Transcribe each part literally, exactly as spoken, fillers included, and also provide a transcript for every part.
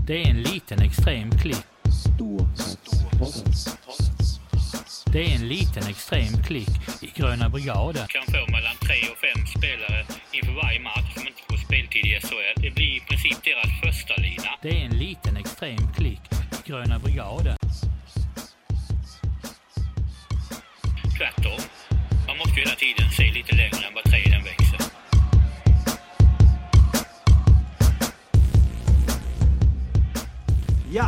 Det är en liten extrem klick. Ståplatspodden. Det är en liten extrem klick i Gröna Brigaden. Kan få mellan tre och fem spelare inför varje match som inte får speltid i S H L. Det blir i princip deras första lina. Det är en liten extrem klick i Gröna Brigaden. Tvärtom. Man måste ju hela tiden se lite längre än vad träden växer. Ja,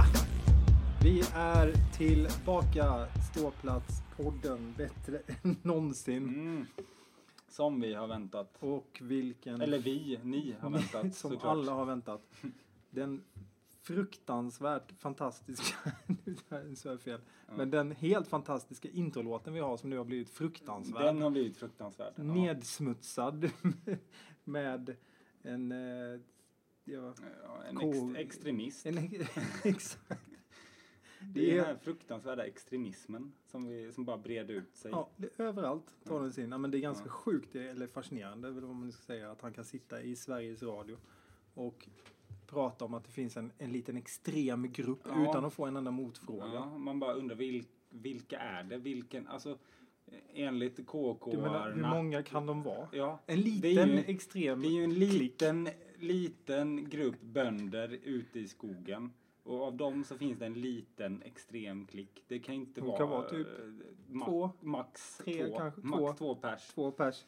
vi är tillbaka. Ståplatspodden bättre än någonsin. Mm. Som vi har väntat. Och vilken... Eller vi, ni har väntat. Som såklart. alla har väntat. Den fruktansvärt fantastiska... nu sa jag fel. Ja. Men den helt fantastiska introlåten vi har som nu har blivit fruktansvärd. Den har blivit fruktansvärd. Ja. Nedsmutsad med en... Eh, ja, Ja, en Ko- ex- extremist. en exakt. Det är den här fruktansvärda extremismen som, vi, som bara breder ut sig. Ja, det är överallt tar den sin. Ja, men det är ganska Ja. sjukt, eller fascinerande, eller vad man ska säga, att han kan sitta i Sveriges Radio och prata om att det finns en, en liten extrem grupp Ja. utan att få en enda motfråga. Ja, man bara undrar vil, vilka är det? Vilken, alltså enligt K K Du menar, hur många kan de vara? Ja, En det liten är ju, extrem det är ju en klick. liten, liten grupp bönder ute i skogen. Och av dem så finns det en liten extrem klick. Det kan inte De vara... kan vara typ eh, ma- två, max tre, två, kanske max två. två pers. Två pers.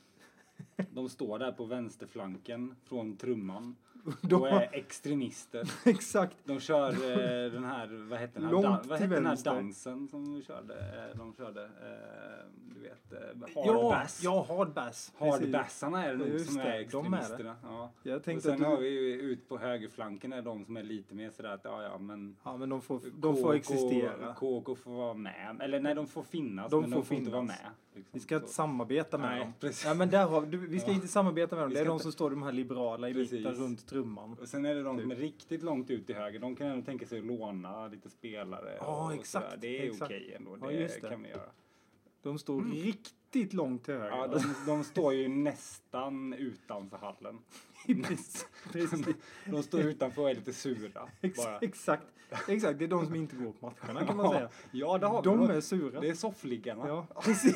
De står där på vänsterflanken från trumman. De Och är extremister. Exakt. De kör eh, den här, vad heter den här, Långt dan- vad till heter den här vänster. dansen som vi körde? Eh, De körde, eh, du vet, eh, hard Ja, bass. ja, hard bass. Precis. Hardbassarna är det nog Just som det, är de är det. extremisterna. Ja. Jag Och tänkte sen att du... har vi ju ut på högerflanken är de som är lite mer sådär att ja, ja, men Ja, men de får, de får existera. K K får vara med. Eller nej, de får finnas, De men får de får inte vara finnas. med. Liksom. Vi ska inte Så. samarbeta med Nej, dem. precis. Ja, men där har, du, vi ska Ja. inte samarbeta med dem. Vi Det är ska de inte- som står de här liberala i Precis. mitten runt trumman. Och sen är det de Typ. som är riktigt långt ut till höger. De kan ändå tänka sig att låna lite spelare. Ja, och exakt, sådär. Det är exakt. okej ändå. Ja, Det, just det. kan vi göra. De står riktigt långt till höger. Ja, de, de står ju nästan utanför hallen. Precis. Precis. De står utanför och är lite sura. Ex- Bara. exakt. Exakt, det är de som inte går på matcherna kan man säga. Ja, det har vi. De De är sura. Det är soffliggarna. Ja, precis.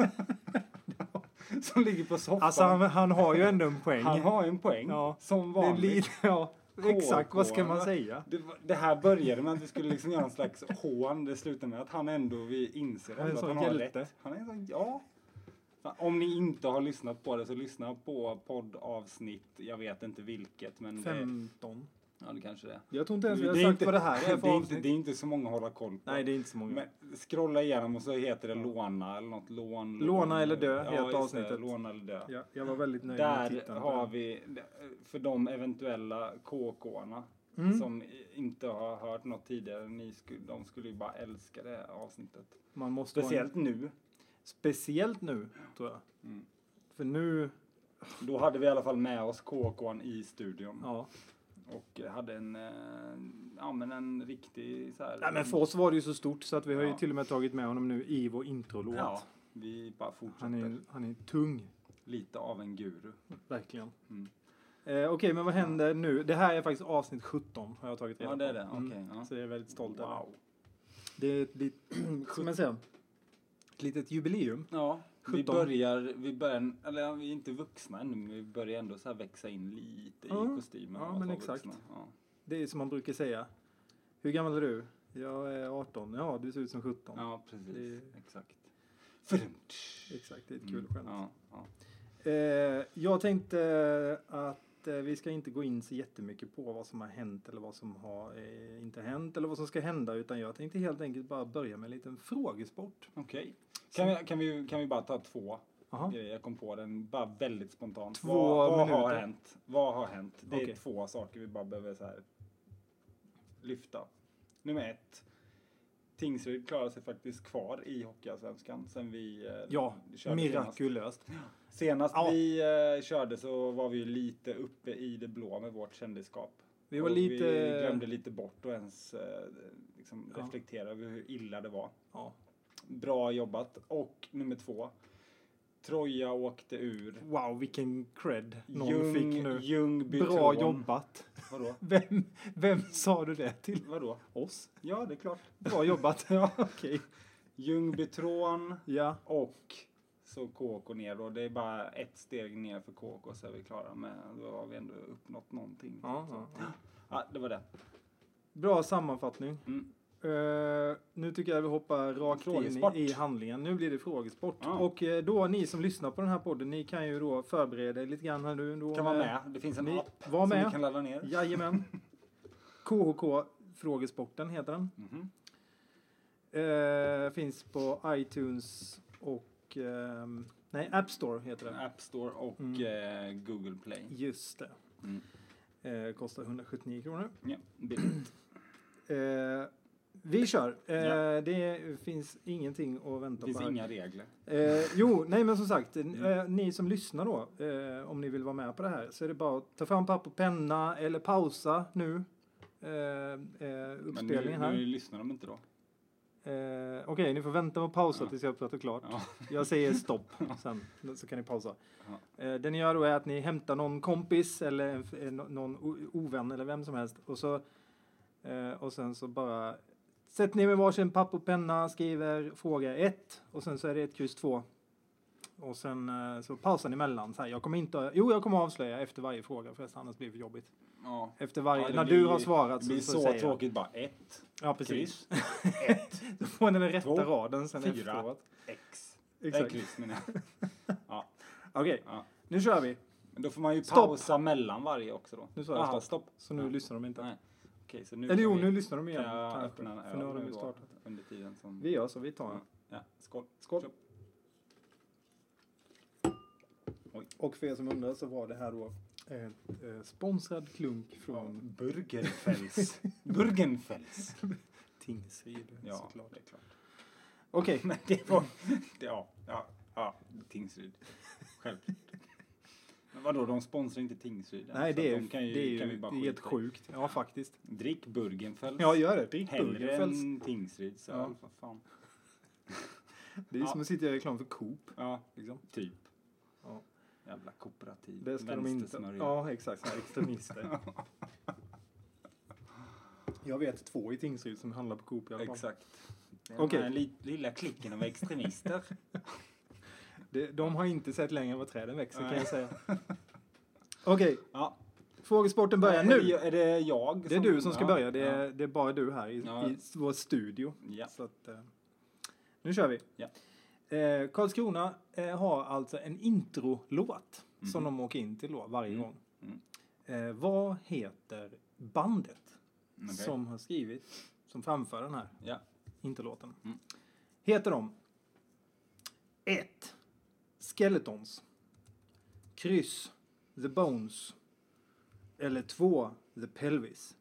Som ligger på soffan. Alltså han, han har ju ändå en poäng. Han har en poäng. Ja. Som det är vanligt. lite, ja, exakt, vad ska man K K. säga? Det, var- det här började med att vi skulle liksom göra en slags hån. Det slutar med att han ändå, vi inser Han är en ändå att sån han har hjälte. rätt. Han är en sån, ja. Fan, om ni inte har lyssnat på det så lyssna på poddavsnitt. Jag vet inte vilket. Men det, femton. ja, det kanske det är. Jag tror inte ens vi har Det är sagt inte- vad det här är Det för är, inte, avsnitt. det är inte så många att hålla koll på. Nej, det är inte så många. Men scrolla igenom och så heter det låna eller något. Lån, Låna eller dö heter just det, avsnittet. Låna eller dö. Ja, jag var väldigt nöjd med Där titeln. har vi, för de eventuella K K-arna Mm. som inte har hört något tidigare, ni skulle, de skulle ju bara älska det här avsnittet. Man måste vara en- Speciellt nu. Speciellt nu, tror jag. Mm. För nu, Då hade vi i alla fall med oss K K-an i studion. ja. Och hade en, eh, ja men en riktig så här. Nej, men för oss var det ju så stort så att vi har ju Ja. till och med tagit med honom nu i vår introlåt. Ja, vi bara fortsätter. Han är, han är tung, Lite av en guru. verkligen. Mm. Eh, Okej, men vad händer nu? Det här är faktiskt avsnitt sjutton, har jag tagit reda Ja, på. det är det. Mm. Okej, ja. Så jag är väldigt stolt över. Wow. Det är ett, lit, ska man säga, ett litet jubileum. Ja, vi sjutton. börjar, vi börjar, eller ja, vi är inte vuxna ännu, men vi börjar ändå så här växa in lite Ja, i kostymen. ja, av att men vara exakt. vuxna. Ja. Det är som man brukar säga. Hur gammal är du? Jag är arton. Ja, du ser ut som sjutton. Ja, precis. Det- Exakt. Fördumt. Exakt, det är ett kul Mm, skämt. Ja, ja. Eh, jag tänkte att eh, vi ska inte gå in så jättemycket på vad som har hänt eller vad som har eh, inte hänt eller vad som ska hända, utan jag tänkte helt enkelt bara börja med en liten frågesport. Okej. Kan, vi, kan, vi, kan vi bara ta två Aha. grejer? Jag kom på den bara väldigt spontant. Två vad, vad har minuter. hänt? Vad har hänt? Det är Okej. två saker vi bara behöver så här lyfta. Nummer ett. Tingsryd klarar sig faktiskt kvar i Hockeyallsvenskan sen vi eh, Ja, körde senast. mirakulöst. Senast Ja. vi eh, körde så var vi ju lite uppe i det blå med vårt kändisskap. Vi var Och lite... vi glömde lite bort att ens eh, liksom Ja. reflektera över hur illa det var. Ja. Bra jobbat. Och nummer två. Troja åkte ur. Wow, vilken cred någon Ljung, fick nu. Ljungbytrån. Bra jobbat. Vadå? Vem, vem sa du det till? Vadå? Oss? Ja, det är klart. Bra jobbat. Ja, okej. Ljungbytrån Ja. och så K K ner då. Det är bara ett steg ner för K K så är vi klara med. Då har vi ändå uppnått någonting. Ja, ja, ja. Ja, det var det. Bra sammanfattning. Mm. Uh, nu tycker jag vi hoppar rakt Frågesport. in i handlingen. Nu blir det frågesport. Ja. Och uh, då ni som lyssnar på den här podden, ni kan ju då förbereda er lite grann här nu. Då Kan vara med. Det finns en Ni, app var som med. vi kan ladda ner. Jajamän. K H K Frågesporten heter den. Mhm. Uh, finns på iTunes och um, nej, App Store heter den. App Store och Mm. eh, Google Play. Just det. Mm. Uh, kostar hundrasjuttionio kronor. Ja, billigt. Uh, vi kör. Uh, Ja. Det finns ingenting att vänta Det finns på här. inga regler. Eh, jo, nej men som sagt, Mm. eh, ni som lyssnar då, eh, om ni vill vara med på det här, så är det bara att ta fram papper och penna eller pausa nu eh, eh, Men nu, uppspelningen nu här. lyssnar de inte då. Eh, Okej, ni får vänta med att pausa Ja. tills jag har pratat klart. Ja. Jag säger stopp sen, så kan ni pausa. Ja. Eh, det ni gör då är att ni hämtar någon kompis eller en, en, någon o- ovän eller vem som helst och så eh, och sen så bara sätter ni med varsin papper och penna, skriver fråga ett och sen så är det ett kryss två. Och sen eh, så pausar ni mellan. Så här, jag kommer inte, jo, jag kommer avslöja efter varje fråga förresten, annars blir det för jobbigt. Ja. Efter varje, Ja, det när blir- du har svarat Det blir så, så, säger jag. tråkigt bara. Ett, Ja, precis. kryss, ett, Då får ni den rätta två, raden sen fyra. efteråt. X. Exakt. Nej, kryss menar jag. Ja. Okej, Ja. nu kör vi. Men då får man ju Stopp. pausa mellan varje också då. Nu sa jag Aha, stopp. stopp. Så nu Ja. lyssnar de inte. Nej. Okej, så nu Eller kan jo, vi- nu lyssnar de igen. Kan jag kanske. öppna en För nu har öl de nu ju då, startat. under tiden som... Vi gör så, vi tar Ja. en. Ja, skål. Skål. Köp. Oj. Och för er som undrar så var det här då ett eh, sponsrad klunk från Burgerfels. Burgenfels. Tingsryd. Ja, såklart. det är klart. Okej, Men det var... Det, ja, ja, ja. Tingsryd. Självklart. Men vadå, de sponsrar inte Tingsryd? nej Så det är, de kan ju, det är kan ju vi bara det är helt skita i. sjukt. Ja, faktiskt. Drick Burgenfels. Ja, gör det. Drick Hellre Burgerfels. än Tingsryd. Så Ja. vad fan. Det är Ja. som att sitta och göra reklam för Coop. Ja, Liksom. typ. Ja. Jävla kooperativ. Det ska de inte. Vänstersmörja. Ja, exakt. Såna här extremister. Jag vet två i Tingsryd som handlar på Coop i alla fall. Exakt. Den Okej. här li- lilla klicken av extremister. Det, de har inte sett längre än vad träden växer kan Nej. jag säga. Okej, Ja. frågesporten börjar Är nu. det, är det jag? Det är du som ska ja, börja. Det är, ja. det är bara du här i, Ja. i vår studio. Ja. Så att, eh, nu kör vi. Ja. Eh, Karlskrona eh, har alltså en introlåt Mhm. som de åker in till då varje Mm. gång. Mm. Eh, vad heter bandet Okej. som har skrivit, som framför den här Ja. introlåten? Mm. Heter de ett. Skeletons, kryss The Bones eller två The Pelvis?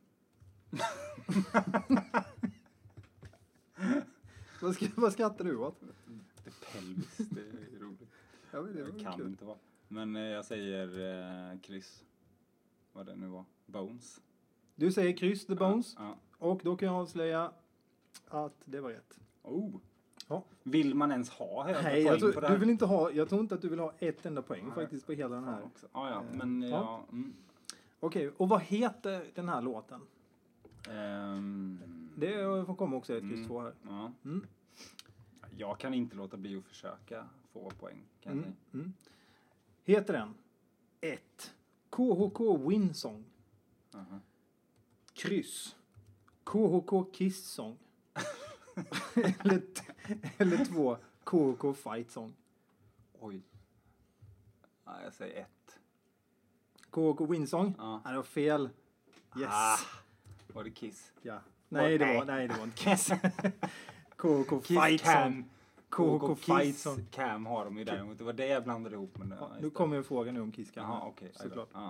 vad, ska, vad skrattar du åt? Det är pelvis, det är roligt. Ja, men det var Det kan kul. inte vara. Men eh, jag säger eh, kryss. Vad det nu var. Bones. Du säger kryss The Bones Ja. och då kan jag avslöja att det var rätt. ja. Oh. Ja. Vill man ens ha höga Nej, poäng jag tror, på det du här? vill inte ha, jag tror inte att du vill ha ett enda poäng Nej. faktiskt på hela den Fan här. också. Ja, ja. Eh, Men ja. ja. Mm. Okej, och vad heter den här låten? Ehm, Det får komma också ett kryss Mm. två här. ja. Mm. Jag kan inte låta bli att försöka få poäng. Kan jag Mm. säga. Mm. Heter den ett. K H K Winsong. Aha. Kryss. K H K Kiss Song. eller, t- eller två. K H K Fight Song. Oj. Ja, jag säger ett. K H K Winsong. Ja. Nej, det var fel. Yes. Ah. Var det Kiss? Ja. Nej, det nej. var, nej, det var inte Kiss. K H K Kiss Fight Song. Cam. K H K Fight Kiss Song. Cam har de ju däremot. Det var det jag blandade ihop med. Ja, nu kommer en fråga nu om Kiss Cam. Jaha, okej. Såklart. Ja.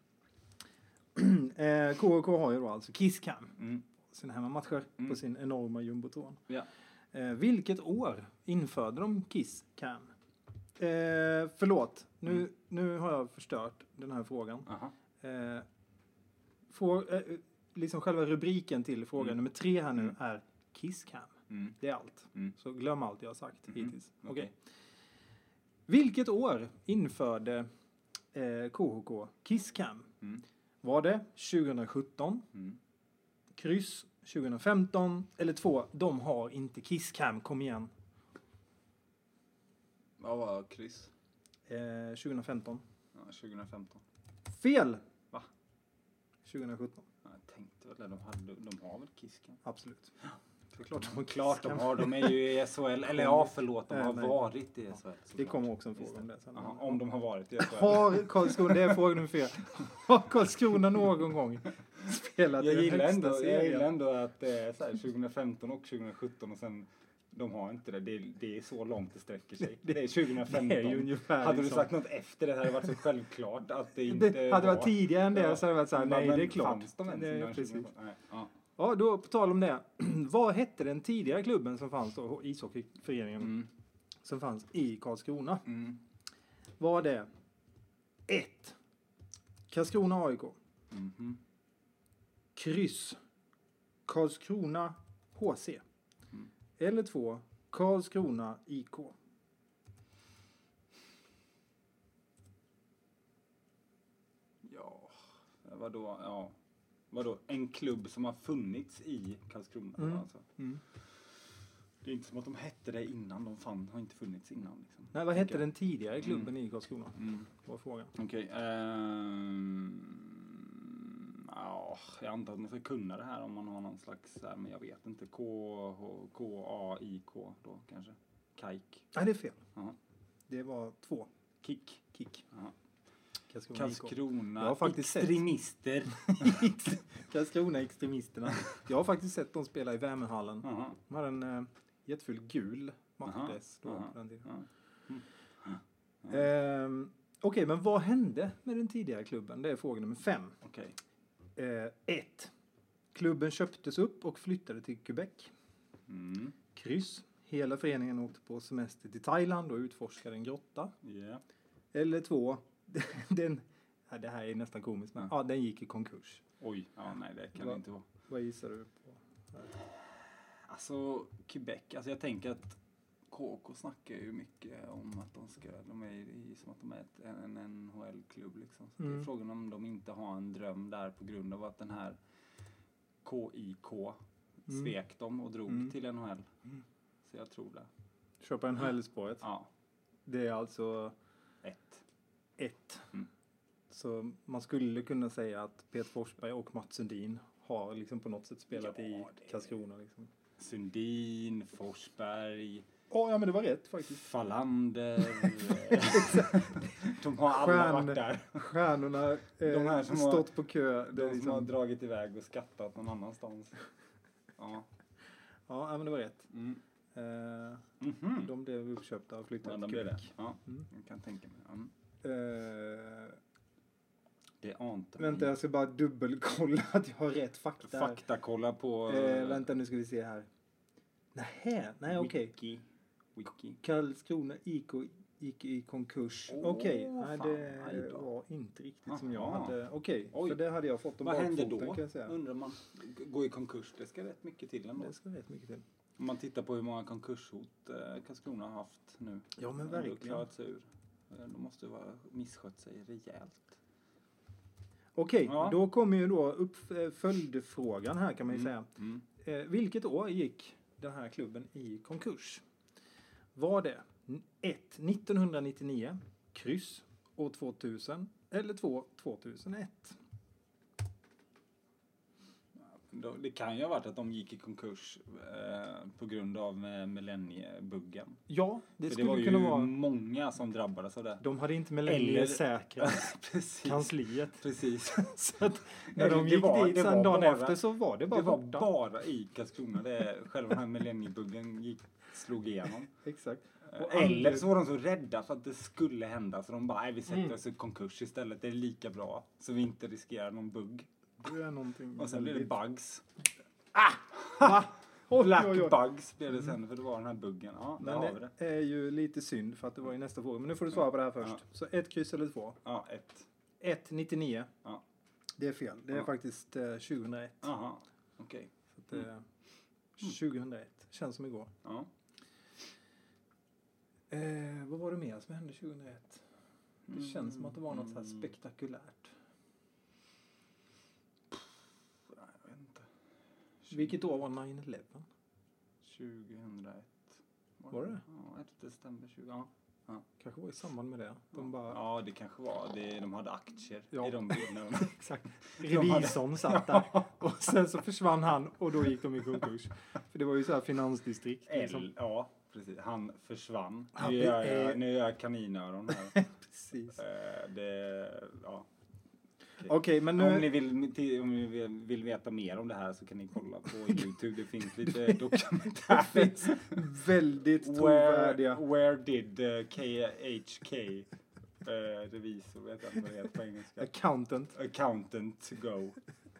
eh, K H K har ju då alltså Kiss Cam. Mm. Sina hemmamatcher Mm. på sin enorma jumbotron. Ja. Eh, vilket år införde de Kiss Cam? Eh, förlåt, nu, Mm. nu har jag förstört den här frågan. Aha. Eh, får, eh, liksom själva rubriken till fråga Mm. nummer tre här nu Mm. är Kiss Cam. Mm. Det är allt. Mm. Så glöm allt jag har sagt Mhm. hittills. Okej. Okej. Vilket år införde eh, K H K Kisscam? Mm. Var det tjugosjutton, Mm. kryss tjugofemton eller två, de har inte Kisscam, kom igen. Vad var kryss? Eh, tjugofemton. Ja, tjugofemton. Fel! Va? tjugosjutton. Ja, jag tänkte väl att de, hade, de har väl Kisscam? Absolut. Det är klart de har klart de Kisscam. har. De är ju i S H L. Eller ja, förlåt. De Nej, har nej. varit i S H L. Det kommer också en fråga om det sen. Aha, om de har varit i S H L. Har Karlskrona, det är fråga nummer fyra. Har Karlskrona någon gång spelat i Jag den gillar, högsta ändå, jag gillar serien? ändå att det är så här tjugofemton och tjugosjutton och sen de har inte det. Det är, det är så långt det sträcker sig. Det är tjugofemton. Det är ju ungefär hade du liksom- sagt något efter det hade det varit så självklart att det inte Det hade varit tidigare än det Ja. så hade det varit så här, Men- nej men det är klart. Fanns de ens Nej, innan precis. tjugofemton? Nej. Ja. Ja, då på tal om det. Vad hette den tidigare klubben som fanns då, ishockeyföreningen Mm. som fanns i Karlskrona? Mm. Var det ett Karlskrona A I K, Mhm. kryss Karlskrona H C Mm. eller två Karlskrona I K? Ja, vadå? Ja. Vadå? En klubb som har funnits i Karlskrona Mm. alltså. Mm. Det är inte som att de hette det innan. De fan har inte funnits innan. Liksom. Nej, vad hette Okej. den tidigare klubben i Karlskrona? Mm. Var frågan. Okej. ehm, ja, jag antar att man ska kunna det här om man har någon slags, så här, men jag vet inte. K, H, K, A, I, K då kanske. Kajk. Nej, det är fel. Jaha. Det var två. Kick. Kick. Jaha. Karlskrona I K. Karlskrona. Jag har faktiskt sett- extremister. Karlskrona extremisterna. Jag har faktiskt sett dem spela i Värmehallen. Jaha. De hade en uh, jättefull gul matchdress då Aha. på den tiden. Ja. Ehm, Okej, men vad hände med den tidigare klubben? Det är fråga nummer fem. Okej. Eh, ett. Klubben köptes upp och flyttade till Quebec. Mm. Kryss. Hela föreningen åkte på semester till Thailand och utforskade en grotta. Ja. Eller två. Den, ja, det här är nästan komiskt, men Ja. ja, den gick i konkurs. Oj. Ja, nej det kan Va? det inte vara. Vad gissar du på? Alltså Quebec, alltså jag tänker att K K snackar ju mycket om att de ska, de är i, som att de är ett, en N H L-klubb liksom. Så det Mm. är frågan om de inte har en dröm där på grund av att den här K I K Mm. svek dem och drog Mm. till N H L. Mm. Så jag tror det. Köpa en H L-spåret. Ja, Det är alltså ett. ett. Mm. Så man skulle kunna säga att Peter Forsberg och Mats Sundin har liksom på något sätt spelat Ja, i det- Karlskrona. Liksom. Sundin, Forsberg, Oh, ja, men det var rätt faktiskt. Fallander. De har alla Stjärn- varit där. Stjärnorna eh, De här som har- stått på kö. Det är De som har liksom, dragit iväg och skattat någon annanstans. Ja. ja, men det var rätt. Mm. Eh, Mhm. de blev uppköpta och Ja, flyttade de till blev det. Quebec. Ja, Mm. jag kan tänka mig. Ja. Eh, Det ante vänta, jag ska bara dubbelkolla att jag har rätt fakta. här. Faktakolla på Eh, vänta, nu ska vi se här. Nähä, nej okej. Wiki. Wiki. Karlskrona I K gick i konkurs. Åh, Okej, nej fan, det aj då. var inte riktigt som jag Aha. hade. Okej, Oj. för det hade jag fått om Vad hände bakfoten, då? kan jag säga. Undrar man. G- Gå i konkurs, det ska rätt mycket till ändå. Det ska rätt mycket till. Om man tittar på hur många konkurshot eh, Karlskrona har haft nu. Ja, men De har verkligen. klarat sig ur. Eh, De måste vara misskött sig rejält. Okej, Ja. då kommer ju då upp eh, följdfrågan här kan man ju säga. Mm. Eh, vilket år gick den här klubben i konkurs? Var det ett nittonhundranittionio, kryss, år tvåtusen eller två tvåtusenett? Då- Det kan ju ha varit att de gick i konkurs eh, på grund av eh, millenniebuggen. Ja, det För det skulle var ju kunna vara. många som drabbades av det. De hade inte millennier Eller- säkrat Precis. kansliet. Precis. Så att när Eller de det gick var- dit det sen var dagen bara- efter så var det bara Det var borta. bara i Karlskrona. Det är, själva den här millenniebuggen gick, slog igenom. Exakt. Eh, Och Eller aldrig- så var de så rädda för att det skulle hända så de bara, nej vi sätter Mm. oss i konkurs istället. Det är lika bra. Så vi inte riskerar någon bugg. Det är någonting Och sen blir det väldigt- bugs. Va? Oj, Black oj, oj. bugs blev det sen för det var den här buggen. Ja, där Men har vi det. det är ju lite synd för att det var ju nästa fråga. Men nu får du svara på det här först. Ja. Så ett kryss eller två? Ja, ett. ett nittionio. Ja. Det är fel. Det är Ja. faktiskt eh, tjugohundraett. Jaha, okej. Så att, eh, tjugohundraett. Känns som igår. Ja. Eh, vad var det mer som hände tjugohundraett? Det Mm, känns som att det var något så här mm. spektakulärt. Nej, jag vet inte. Vilket år var nine eleven? tjugohundraett. Var det? Ja, elfte september tjugo. Ja. Kanske var i samband med det. De bara... Ja, det kanske var. Det, de hade aktier Ja. i de byggnaderna. Exakt. Revisorn satt där. Och sen så försvann han och då gick de i konkurs. För det var ju så här finansdistrikt. Liksom. L, ja, precis. Han försvann. Ja, Nu det gör jag, är- nu gör jag kaninöron här. Precis. Eh, det, ja. Okej, men Om nu... ni vill, till- om ni vill, vill veta mer om det här så kan ni kolla på YouTube. Det finns lite dokumentärer. Det finns väldigt Where, trovärdiga. where did uh, K H K, uh, revisor, vet jag inte vad det heter på engelska. Accountant. Accountant go. Uh,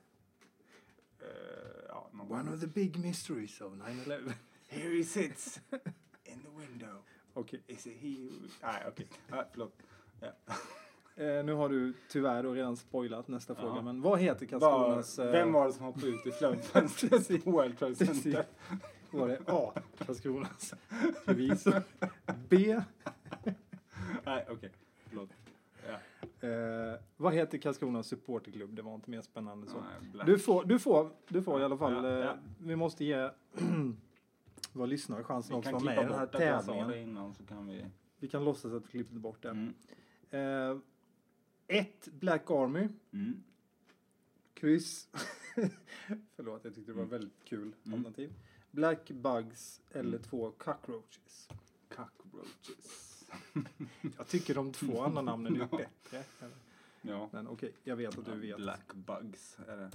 ja, någon- One of the big mysteries of nine eleven. Here he sits in the window. Okej. Is it he who... Nej, okej. Ah, förlåt. Ja. Eh, nu har du tyvärr då redan spoilat nästa Ja. fråga. Men vad heter Var, Karlskronas... eh, vem var det som hoppade ut i flöjtfönstret på World Trade Precis. Center? Var det A. Karlskronas revisor. B. Nej, okej. Förlåt. Ja. Eh, vad heter Karlskronas supporterklubb? Det var inte mer spännande så. Nej, Black. Du får, du får, du får i alla fall. Ja, ja. Eh, vi måste ge våra lyssnare chansen Vi också kan att vara klippa med i den här bort att jag sa tävlingen. det innan så kan vi... Vi kan låtsas att vi klippte bort det. Mm. Eh, ett Black Army. Mm. Kryss. Förlåt, jag tyckte det var Mm. väldigt kul Mm. alternativ. Black Bugs eller Mm. två Cockroaches. Cockroaches. Jag tycker de två andra namnen är Ja. bättre. Ja. Men okej, jag vet att du vet. Black bugs är det.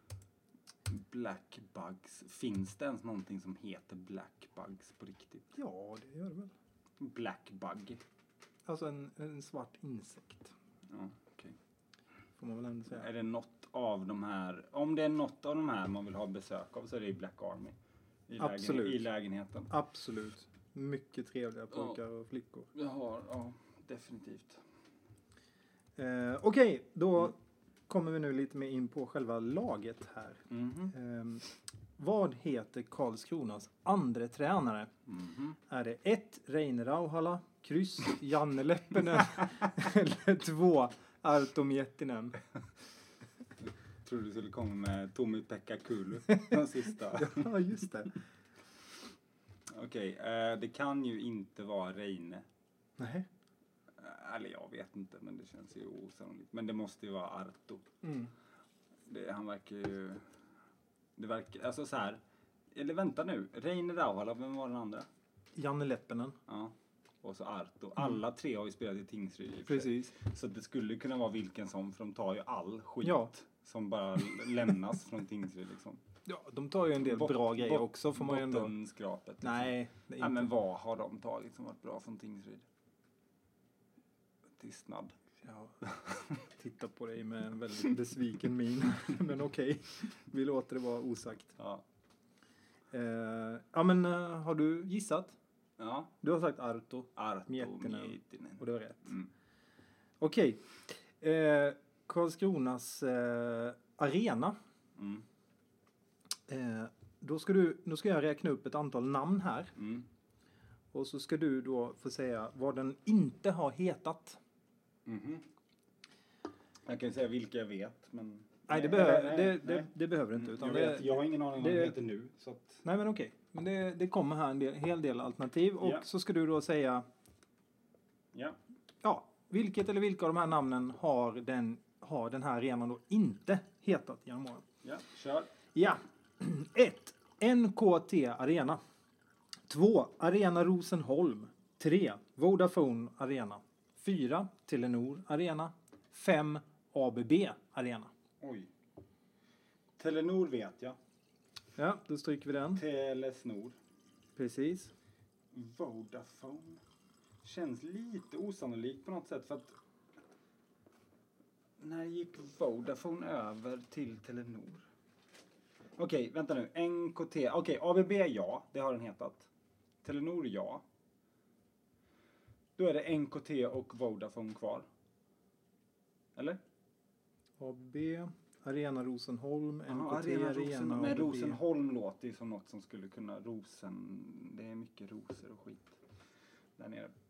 Black bugs. Finns det ens någonting som heter black bugs på riktigt? Ja, det gör det väl. Black bug. Alltså en, en svart insekt. Ja, okej. Får man väl ändå säga. Är det något av de här, om det är något av de här man vill ha besök av så är det Black Army. I, lägen, Absolut. i lägenheten. Absolut. Mycket trevliga pojkar och flickor. Jag har, ja, definitivt. Eh, Okej, då kommer vi nu lite mer in på själva laget här. Mhm. Eh, vad heter Karlskronas andra tränare? Mhm. Är det ett Reine Rauhala, kryss Janne Leppinen eller två Arto Miettinen? Tror du skulle komma med Tommy Pekka Kulu. Den sista. Ja, just det. Okej, eh, det kan ju inte vara Reine. Nej. Eh, Eller jag vet inte, men det känns ju osannolikt. Men det måste ju vara Arto. Mm. Det, han verkar ju... Det verkar... Alltså så här. Eller vänta nu. Reine Rauhala, vem var den andra? Janne Leppinen. Ja. Och så Arto. Alla tre har ju spelat i Tingsryd i och för sig. Precis. Så det skulle kunna vara vilken som, för de tar ju all skit Ja. som bara lämnas från Tingsryd liksom. Ja, de tar ju en del Bot- bra grejer bot- också, får man ju ändå... Bottenskrapet. Liksom. Nej, det är Nej, inte... men vad har de tagit som varit bra från Tingsryd? Tystnad. Ja, titta på dig med en väldigt besviken min. Men okej, vi låter det vara osagt. Ja. Eh, ja, men eh, har du gissat? Ja. Du har sagt Arto Arto Miettinen. Miettinen. och det var rätt. Mm. Okej. Eh, Karlskronas eh, arena. Mm. Eh, då, ska du, då ska jag räkna upp ett antal namn här. Mm. Och så ska du då få säga vad den inte har hetat. Mhm. Jag kan ju säga vilka jag vet, men... Nej, det, eller- behöver, nej, det, det, nej. det behöver du inte. Mm, Utan jag, det, vet, jag har ingen aning om vad det- det heter nu. Så att... Nej, men okej. Men det, det kommer här en del, hel del alternativ. Och Ja. så ska du då säga, Ja. ja, vilket eller vilka av de här namnen har den, har den här arenan då inte hetat genom åren. Ja, kör. Ja. ett. N K T Arena. två. Arena Rosenholm. tre. Vodafone Arena. fyra. Telenor Arena. fem. A B B Arena. Oj. Telenor vet jag. Ja, då stryker vi den. Telesnor. Precis. Vodafone. Känns lite osannolikt på något sätt för att... När gick Vodafone över till Telenor? Okej, vänta nu. N K T. Okej, A B B ja. Det har den hetat. Telenor ja. Då är det N K T och Vodafone kvar. Eller? A B B, Arena Rosenholm, N Ja, K T Arena Arena, Rosen, men A B B. Rosenholm låter ju som något som skulle kunna... Rosen... Det är mycket rosor och skit där nere.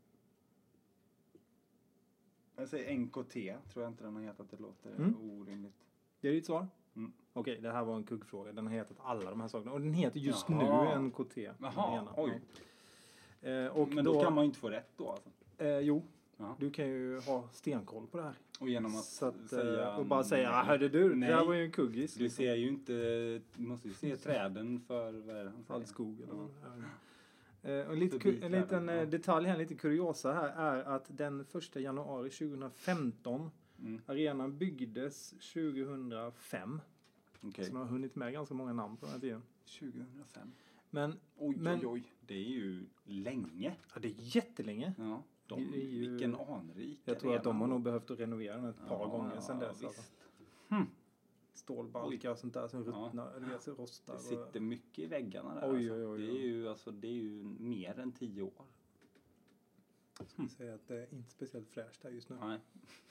Jag säger N K T, tror jag inte den har hetat. Det låter Mm. orimligt. Det är ditt svar? Mm. Okej, det här var en kuggfråga. Den har hetat alla de här sakerna. Och den heter just Jaha. nu N K T. Jaha, oj. Ja. Eh, och Men då, kan man ju inte få rätt då alltså. Eh, jo, Ja. du kan ju ha stenkoll på det här. Och genom att, Så att, säga... eh, och bara säga, nej. ah, hörde du, Nej. det här var ju en kuggis. Du ser ju inte... Du måste ju se träden för... Vad är det han säger? All skog. Eller Ja. vad det är. Eh, och lite, Förbi ku- en liten träden, ja. eh, detalj här, lite kuriosa här, är att den första januari tjugohundrafemton, Mm. arenan byggdes tjugohundrafem. Okej. Så man har hunnit med ganska många namn på den här tiden. tjugohundrafem. Men Oj, Men- oj, oj. Det är ju länge. ja, det är jättelänge. Ja. De, Det är ju- Vilken anrik Jag tror att de arena. har nog behövt att renovera den ett par Ja, gånger sedan ja, dess. visst. Alltså. Hmm. Stålbalkar och sånt där som Ja. ruttnar, du vet, så rostar. Det och- sitter mycket i väggarna där. Oj, alltså. oj, oj, Det, är oj. ju, alltså, det är ju mer än tio år. Jag säger att det är inte speciellt fräscht där just nu. Nej.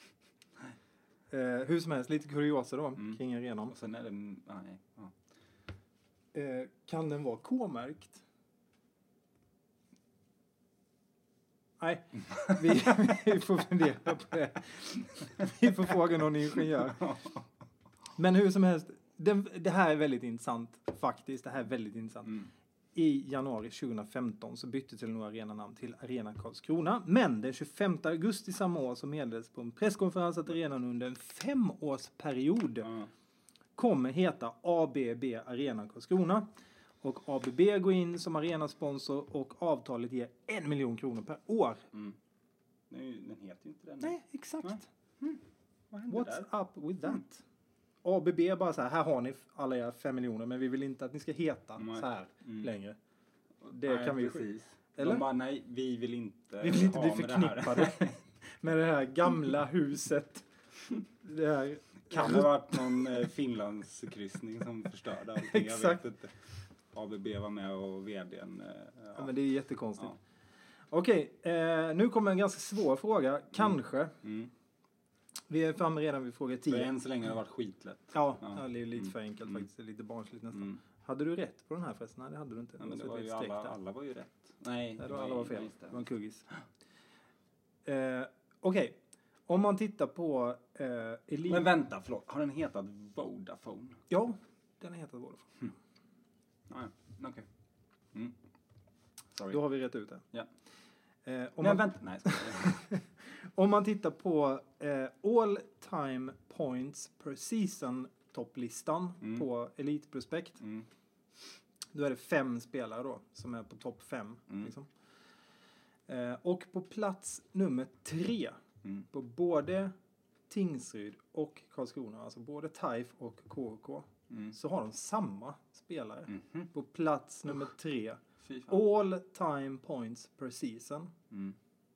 Eh, hur som helst, lite kuriosa då Mm. kring arenan. Och sen är det... Nej. Ja. Eh, kan den vara K-märkt? Nej, vi, vi får fundera på det. Vi får fråga någon ingenjör. Men hur som helst, den, det här är väldigt intressant faktiskt. Det här är väldigt intressant. Mm. I januari tjugohundrafemton så bytte Telenor Arena namn till Arena Karlskrona. Men den tjugofemte augusti samma år så meddelades på en presskonferens att arenan under en femårsperiod Ja. kommer heta A B B Arena Karlskrona. Och A B B går in som arenasponsor och avtalet ger en miljon kronor per år. Mm. Nej, den heter ju inte den. Nej, exakt. Nej. Vad hände What's där? up with that? A B B bara så här, här har ni alla era fem miljoner men vi vill inte att ni ska heta Nej. så här Mm. längre. Det Nej, kan vi precis. Eller? De bara, nej, vi vill inte Vi vill inte bli ha med det här. förknippade med det här gamla huset. Det här Kan det ha varit någon eh, Finlandskryssning som förstörde allting? Exakt. Jag vet inte. A B B var med och vdn... Eh, ja. Ja, men det är jättekonstigt. Ja. Okej, eh, nu kommer en ganska svår fråga. Kanske. Mm. Vi är framme redan vid fråga För tio. än så länge har det varit skitlätt. Ja, Ja. ja, det är lite Mm. för enkelt Mm. faktiskt. Det är lite barnsligt nästan. Mm. Hade du rätt på den här förresten? Nej, det hade du inte. Ja, men det så var ett ju streck alla, där. alla var ju rätt. Nej, Nej, det då alla var fel. just Det var en kuggis. Eh, Okej, om man tittar på eh, Elite... Men vänta, förlåt. Har den hetat Vodafone? Ja, den heter Vodafone. Nej, okej. Mm. Sorry. Då har vi rätt ut det. Ja. Eh, om, Men man, vänta. Nej, sorry. om man tittar på eh, all time points per season topplistan Mm. på Elite Prospect. Mm. Då är det fem spelare då som är på topp fem. Mm. Liksom. Eh, och på plats nummer tre Mm. på både Tingsryd och Karlskrona, alltså både TIFE och K K, Mm. så har de samma spelare. Mhm. På plats nummer tre. Fy fan. All time points per season. Mm.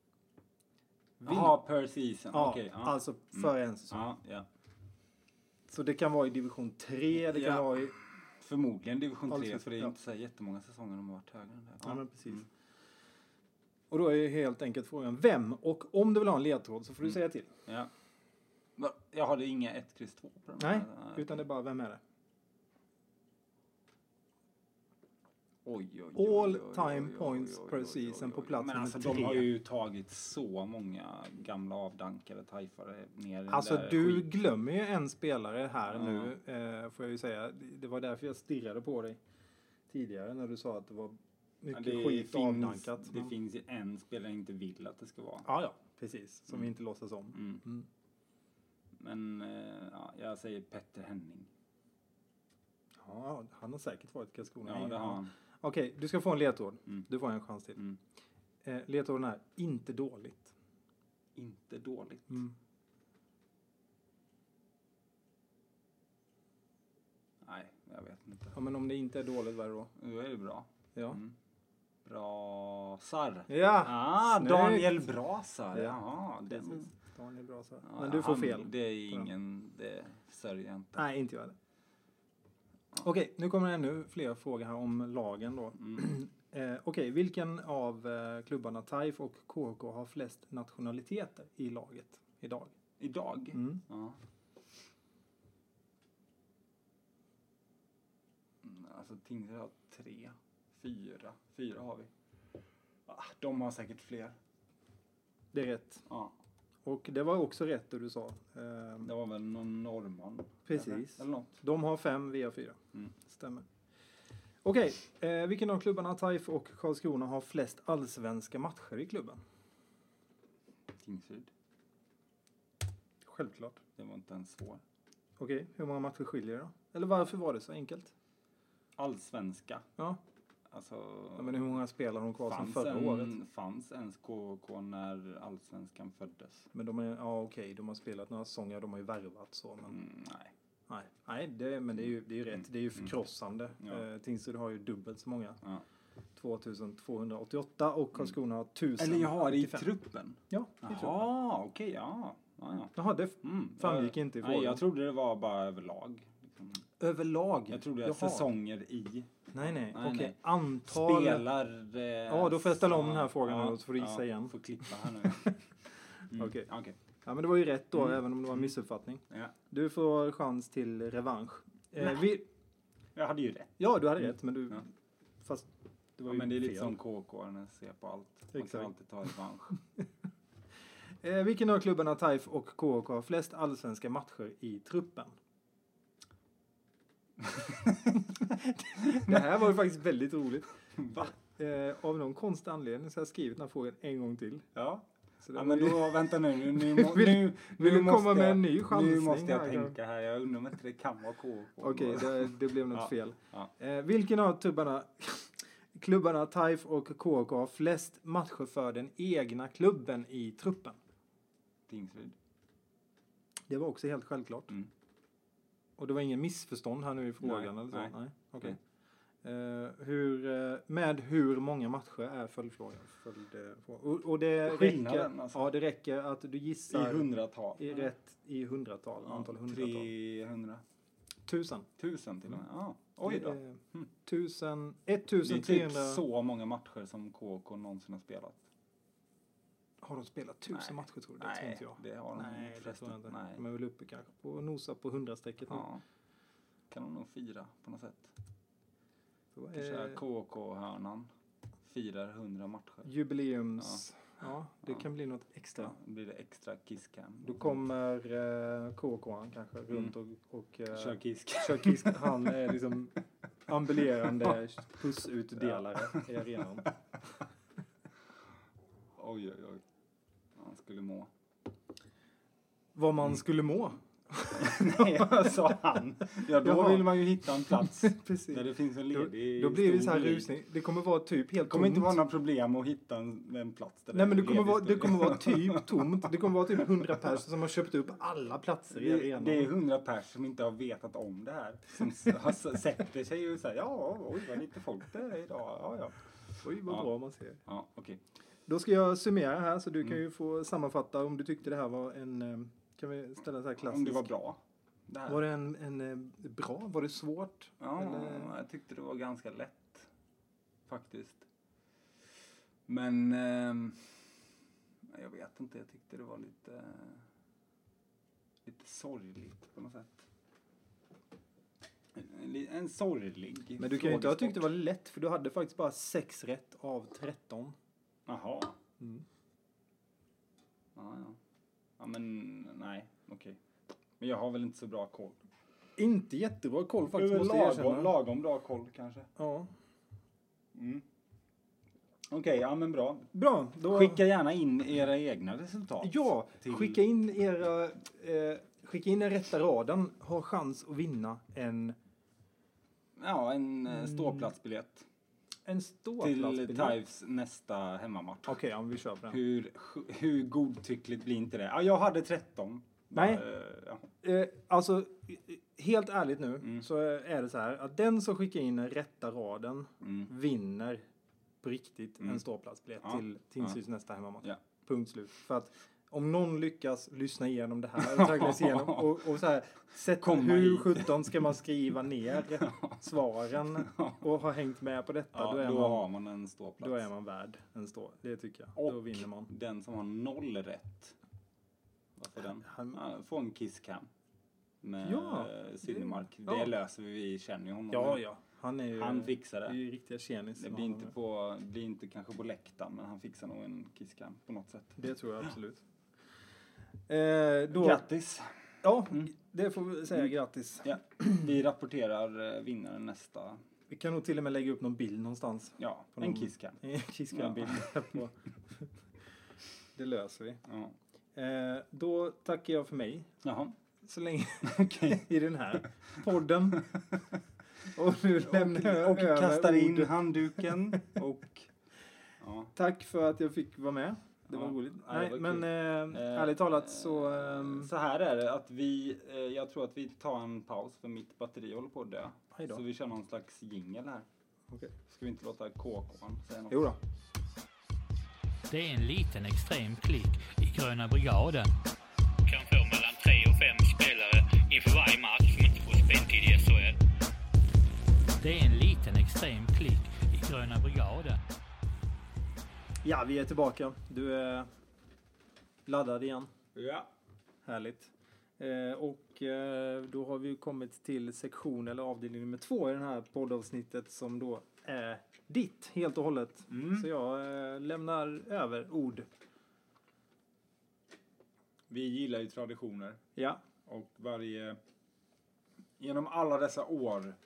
Vil- Jaha, per season. Ja, Okej. ja. alltså för en säsong. Ja, ja. Så det kan vara i division tre, det kan Ja. vara i... Förmodligen division tre, Alltså, för det är ja. inte så här jättemånga säsonger de har varit högre än det. Ja, men precis. Mm. Och då är helt enkelt frågan vem, och om du vill ha en ledtråd så får du Mm. säga till. Ja. Va? Jag hade inga ett kryss två på den Nej, här. utan det är bara vem är det? Oj, oj, oj, All oj, oj, time oj, points oj, per oj, oj, season oj, på oj. plats Men nummer alltså tre. de har ju tagit så många gamla avdankade tajfare ner i den Alltså där du skit. glömmer ju en spelare här Ja. nu, eh, får jag ju säga. Det- Det var därför jag stirrade på dig tidigare när du sa att det var Ja, mycket det skit finns, avdankat. det Men- finns ju en spelare jag inte vill att det ska vara. Ja, ja, precis. Som Mm. vi inte låtsas om. Mm. Mm. Men eh, ja, jag säger Petter Henning. Ja, han har säkert varit i Karlskrona. Ja, innan. det har han. Okej, du ska få en ledtråd. Mm. Du får en chans till. Mm. Eh, ledtråden är inte dåligt. Inte dåligt. Mm. Nej, jag vet inte. Ja, men om det inte är dåligt, vad är det då? Då är det bra. Ja. Mm. Brasar. Ja! Ah, snyggt. Daniel Brasar. Ja, Jaha, den. Precis. Daniel bra så. Ja, Men du får han- fel. Det är på den. ingen, det sörjer jag inte. Nej, inte jag heller. Okej, nu kommer det ännu fler frågor här om lagen då. Mm. Eh, Okej, vilken av eh, klubbarna TIFE och K H K har flest nationaliteter i laget idag? Idag? Mm. Ja. Mm, Alltså Tingsryd har tre, fyra, fyra har vi. Ah, de har säkert fler. Det är rätt. Ja. Och det var också rätt det du sa. Eh, Det var väl någon norrman? Precis. Eller, eller något. De har fem, vi har fyra. Mm. Stämmer. Okej, eh, vilken av klubbarna Taif och Karlskrona har flest allsvenska matcher i klubben? Tingsryd. Självklart. Det var inte ens svår. Okej, hur många matcher skiljer det då? Eller varför var det så enkelt? Allsvenska. Ja, Alltså, ja men hur många spelar de kvar sedan fanns, förra en, året? fanns ens K K när allsvenskan föddes? Men de är, ja okej, de har spelat några säsonger, de har ju värvat så, men Mm, nej. nej, nej det, men det är ju, det är ju rätt, Mm. det är ju förkrossande. Ja. Eh, Tingsryd har ju dubbelt så många, Ja. tvåtusentvåhundraåttioåtta och Karlskrona har tusen. Eller jag har i truppen. Ja, i truppen. Jaha, okej, ja. ja, ja. Jaha, det Mm. framgick jag, inte i Nej, frågan. jag trodde det var bara överlag. Liksom. Överlag? Jag trodde att Jaha. säsonger i. Nej, nej, Nej, okej. nej. Antal... Spelar... Eh, Ja, då får jag ställa om den här frågan ja, nu, så får du gissa ja, igen. får klippa här nu. Mm. Okej. Okej. Ja, men det var ju rätt då, Mm. även om det var en missuppfattning. Ja. Du får chans till revansch. Eh, Nej. vi... Jag hade ju rätt. Ja, du hade rätt, men du... Ja. Fast det var Ja, ju men det är lite fel. som K K när ser på allt. Man Exakt. kan alltid ta revansch. Eh, vilken av klubbarna Taif och K K har flest allsvenska matcher i truppen? Det här var ju faktiskt väldigt roligt. Va? Eh, av någon konstig anledning så har jag skrivit den här frågan en gång till. Ja. Så det Ja, var men ju- då, vänta nu. Nu, nu, må- Vill- nu, vill nu du måste komma med jag- en ny chansning Nu måste jag här, tänka här. Jag undrar om inte det kan vara K K. Okej, det, det blev något Ja. fel. Ja. Eh, vilken av klubbarna, klubbarna Taif och K K har flest matcher för den egna klubben i truppen? Tingsryd. Det var också helt självklart. Mm. Och det var ingen missförstånd här nu i frågan? Nej, eller så? nej. nej. Okej. Eh, hur, eh, med hur många matcher är följdfrågan? Följd, eh, och, och det räcker, Skillnaden, alltså. ja, det räcker att du I gissar hundratal. i rätt i hundratal, Ja, antal hundratal. trehundra. Tusen. Tusen till och med. Ja. Oj då. Det är Mm. Tusen, Det är typ ettusentrehundra. så många matcher som K K någonsin har spelat. Har de spelat tusen Nej. matcher tror du? Det Nej, tror inte jag. det har de Nej, det förresten. tror jag inte. Nej. De är väl uppe kanske på nosa på hundrastrecket nu. Ja. Kan de nog fira på något sätt. Så, Kanske eh, K K-hörnan firar hundra matcher. jubileums... Ja, det Ja. kan bli något extra. Ja, då blir det extra kisscam. Då kommer eh, K K kanske runt och, och eh, Kör kiss. kör kiss. Han är liksom ambulerande pussutdelare i arenan. Oj, oj, oj. Han skulle må. Vad man skulle må. Nej, sa han. Ja, då Jaha. vill man ju hitta en plats Precis. där det finns en Då, ledig då blir det så här stor rusning. Det kommer vara typ helt Det kommer inte tomt. vara några problem att hitta en, en plats där Nej men det är kommer, ledig vara, det stor. kommer vara typ tomt. Det kommer vara typ hundra personer som har köpt upp alla platser i det, arenan. det är hundra pers som inte har vetat om det här. Som s- har s- sätter sig och säger ja, oj vad lite folk det är idag. Ja, ja. Oj vad Ja. bra man ser. Ja, okej. Då ska jag summera här så du kan Mm. ju få sammanfatta om du tyckte det här var en... eh, Kan vi ställa så här klassisk... Om det var bra. Det här. Var det en, en eh, bra? Var det svårt? Ja, Eller? jag tyckte det var ganska lätt. Faktiskt. Men ehm, jag vet inte, jag tyckte det var lite lite sorgligt på något sätt. En, en sorglig Men du kan ju inte ha tyckt det frågesport. var lätt för du hade faktiskt bara sex rätt av tretton. Jaha. Mm. Ja, ja. Ja, men nej, okej. Men jag har väl inte så bra koll. Inte jättebra koll faktiskt Det är måste jag lagom, erkänna. lagom bra koll kanske. Ja. Mm. Okej, ja men bra. Bra, då... Skicka gärna in era egna resultat. Ja, till- skicka in era... Eh, skicka in den rätta raden. Har chans att vinna en, Ja, en Mm. mm. ståplatsbiljett en till ståplatsbiljett. Taifs nästa hemmamatch. Okej, ja, vi kör på den. Hur, hur godtyckligt blir inte det? Ja, jag hade tretton. Nej. Eh, ja. Eh, alltså, eh, helt ärligt nu Mm. så är det så här att den som skickar in den rätta raden Mm. vinner på riktigt Mm. en ståplatsbiljett Ja. till Tingsryds nästa hemmamatch. Ja. Punkt slut. För att om någon lyckas lyssna igenom det här, traggla sig igenom och, och så här, sätta Komma hur i. sjutton ska man skriva ner svaren och ha hängt med på detta, Ja, då, är då man, har man en ståplats. då är man värd en stå. Det tycker jag. då Och vinner man. den som har noll rätt. Vad får den? Han- Ja, får en kisscam. Med Ja, ja, Synnemark. Det, ja. löser vi, vi känner ju honom. Ja, ja. Han är ju, Han fixar det är det. ju riktiga tjenis. Det blir inte, på, blir inte kanske på läktaren, men han fixar nog en kisscam på något sätt. Det tror jag absolut. Eh, då, Grattis. Ja, Mm. det får vi säga grattis. Ja. Vi rapporterar eh, vinnaren nästa. Vi kan nog till och med lägga upp någon bild någonstans. Ja, På en någon- kisscam. En kisscam-bild. på. Det löser vi. Ja. Eh, då tackar jag för mig. Jaha. Så länge Okej. i den här podden. Och nu lämnar jag Och över kastar in ordet. handduken. Och... Ja. Tack för att jag fick vara med. Det var Ja. roligt. Ja, det Nej, var men kul. eh, Eh, ärligt talat så... ehm, Så här är det att vi, eh, jag tror att vi tar en paus för mitt batteri håller på att dö. Hej då. Så vi kör någon slags jingel här. Okej. Ska vi inte låta K K:n säga något? Jo då. Det är en liten extrem klick i Gröna Brigaden. Kan få mellan tre och fem spelare inför varje match som inte får speltid i S H L. Det är en liten extrem klick i Gröna Brigaden. Ja, vi är tillbaka. Du är laddad igen. Ja. Härligt. Eh, och eh, då har vi kommit till sektion eller avdelning nummer två i det här poddavsnittet som då är ditt helt och hållet. Mm. Så jag eh, lämnar över ord. Vi gillar ju traditioner. Ja, Och varje... Genom alla dessa år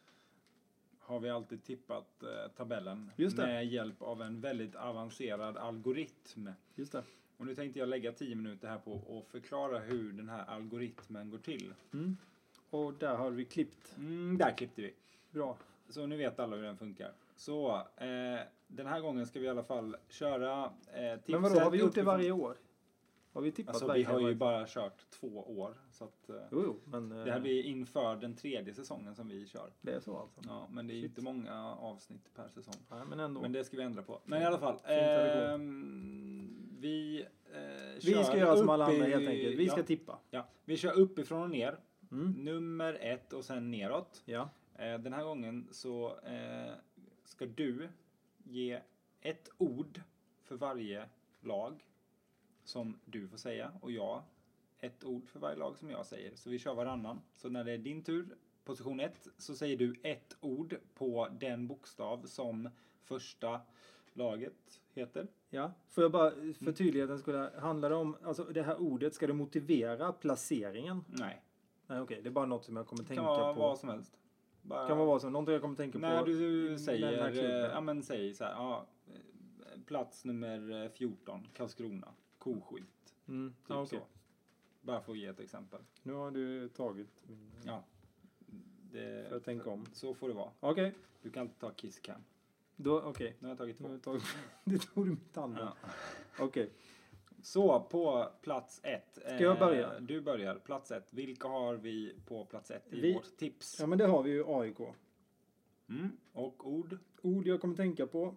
har vi alltid tippat eh, tabellen. Just det. Med hjälp av en väldigt avancerad algoritm. just det. Och nu tänkte jag lägga tio minuter här på att förklara hur den här algoritmen går till. Mm. Och där har vi klippt. Mm, där klippte vi. Bra. Så nu vet alla hur den funkar. Så eh, den här gången ska vi i alla fall köra eh, tipset. Men vadå, har vi gjort det uppifrån- varje år? Har vi tippat Alltså vi verkligen har ju varje- bara kört två år. Så att, eh, Jo, jo, men eh, det här blir inför den tredje säsongen som vi kör. det är så alltså. Ja, men det är Shit. inte många avsnitt per säsong. Nej, men ändå. Men det ska vi ändra på. Men i alla fall. tradition. ehm, vi eh, vi kör ska göra som upp alla andra i- helt enkelt. Vi ska ja, tippa. ja, vi kör uppifrån och ner. Mm. Nummer ett och sen neråt. Ja. Eh, den här gången så eh, ska du ge ett ord för varje lag som du får säga och jag ett ord för varje lag som jag säger. Så vi kör varannan. Så när det är din tur, position ett, så säger du ett ord på den bokstav som första laget heter. Ja, får jag bara för tydligheten skulle handla det om, alltså det här ordet, ska det motivera placeringen? Nej, Nej okej, det är bara något som jag kommer det tänka kan vara på. vad som helst. Bara, Kan vara vad som, någonting jag kommer tänka när på. du i den här säger, klubben. eh, ja men säg så här, ja, eh, plats nummer fjorton, Karlskrona, koskit. Mm. Typ Ja, okej. så. Bara för att ge ett exempel. Nu har du tagit min... Ja. Det, Får jag tänka om? Så får det vara. Okej, Du kan inte ta kisscam. då, okej. Nu har jag tagit Nu har två. jag tagit... Det tog du mitt andra. Ja. Okej. Så på plats ett. Ska jag börja? Du börjar. Plats ett. Vilka har vi på plats ett i Vi- vårt tips? Ja men det har vi ju A I K. Mm. Och ord. Ord jag kommer tänka på.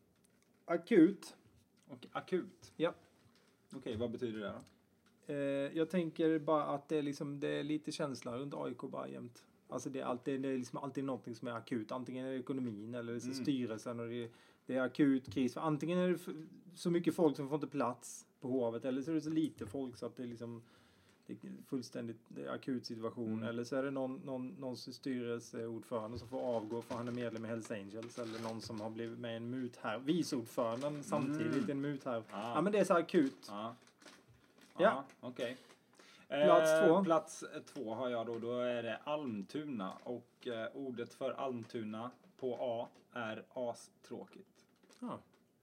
Akut. Och akut. Ja. Okej, vad betyder det då? Eh, jag tänker bara att det är, liksom, det är lite känsla runt A I K bara jämt. Alltså det är alltid, det är liksom alltid någonting som är akut. Antingen är det ekonomin eller det är Mm. styrelsen. Och det, det är akut kris. För antingen är det f- så mycket folk som får inte plats på hovet. Eller så är det så lite folk så att det är liksom det är fullständigt det är akut situation. Mm. Eller så är det någon, någon, någon styrelseordförande som får avgå för han är medlem i Hells Angels. Eller någon som har blivit med i en mut här. Viceordföranden samtidigt Mm. i en mut här. Ah. Ja men det är så akut. Ja. Ja. Ja, okej. Plats Eh, två. Plats två har jag då. Då är det Almtuna. Och eh, ordet för Almtuna på A är astråkigt. Ja.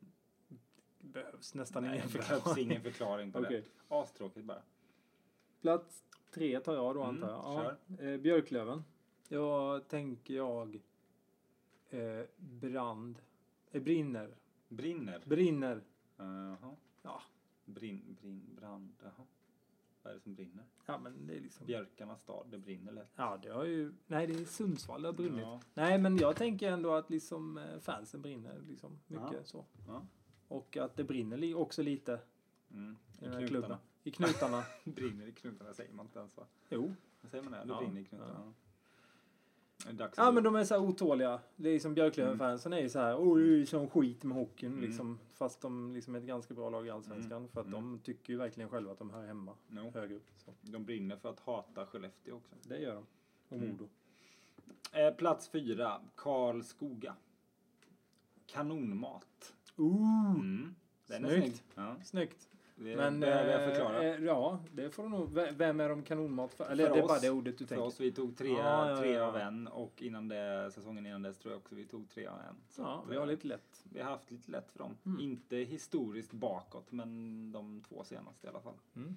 Behövs nästan Nej, ingen det behövs förklaring. ingen förklaring på Okej. det. Astråkigt bara. Plats tre tar jag då Mm, antar jag. Ja. Eh, Björklöven. Jag tänker jag eh, brand. Eh, brinner. Brinner. Brinner. Jaha. Ja. Brinn, brinn, brand. Jaha. Vad är det som brinner? Ja men det är liksom. Björkarnas stad. Det brinner lätt. Ja det har ju. Nej det är Sundsvall det har brunnit. Ja. Nej men jag tänker ändå att liksom eh, fansen brinner liksom mycket Ja. så. Ja. Och att det brinner li- också lite Mm. i I den här klubben. knutarna. I knutarna. Brinner i knutarna säger man inte ens va? Jo. Vad säger man det? Det Ja. brinner i knutarna. Det är dags Ja att- men de är så här otåliga. Det är som Björklöven-fansen är ju så här. Oj, det är som skit med hockeyn Mm. liksom. Fast de liksom är ett ganska bra lag i Allsvenskan. Mm. För att Mm. de tycker ju verkligen själva att de hör hemma No. högre upp. Så De brinner för att hata Skellefteå också. det gör de. Och Mm. Modo. Eh, plats fyra. Karlskoga. Kanonmat. Ooh, Mm. Den är Snyggt. snygg. Ja. snyggt. Det Men behöver jag eh, förklara. eh, ja, det får du nog. V- Vem är de kanonmat för? Eller För det är oss- bara det ordet du För tänker. oss, vi tog tre, Ja, ja, tre ja. av en och innan det, säsongen innan dess tror jag också vi tog tre av en. Så Ja, att, vi har eh, lite lätt. vi har haft lite lätt för dem. Mm. Inte historiskt bakåt, men de två senaste i alla fall. Mm.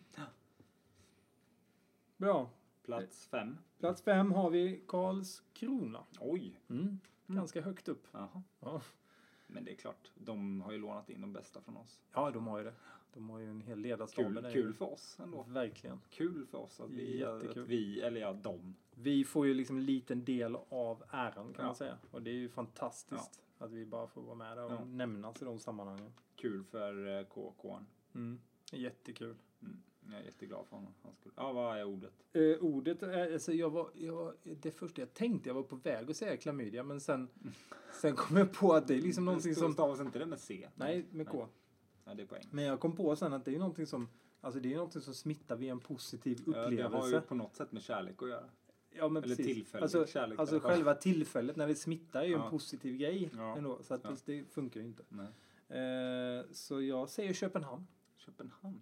Bra. Plats fem. Plats fem har vi Karlskrona. Oj! Mm. Ganska högt upp. Jaha. Ja. Men det är klart, de har ju lånat in de bästa från oss. ja, de har ju det. De har ju en hel ledarstab. Kul, där. kul för oss ändå. Verkligen. Kul för oss att vi, Jättekul. att vi eller ja, de. Vi får ju liksom en liten del av äran kan Ja. man säga. Och det är ju fantastiskt att vi bara får vara med där och Ja. nämnas i de sammanhangen. Kul för K K. Mm. Jättekul. Mm. Jag är jätteglad för honom. Han skulle... Ja, vad är ordet? Eh, ordet är, alltså jag var, jag var, det första jag tänkte, jag var på väg att säga klamydia, men sen, sen kom jag på att det är liksom någonting som... Stavas inte det med C? Nej, med K. Ja, det är poäng. Men jag kom på sen att det är någonting som, alltså det är någonting som smittar via en positiv Ja, det har upplevelse. ju på något sätt med kärlek att göra. Ja, men Eller precis. tillfällig Alltså, kärlek. alltså i alla fall. själva tillfället när det smittar är ju Ja. en positiv grej Ja. ändå. Så att Ja. det, det funkar ju inte. Nej. Eh, så jag säger Köpenhamn. Köpenhamn.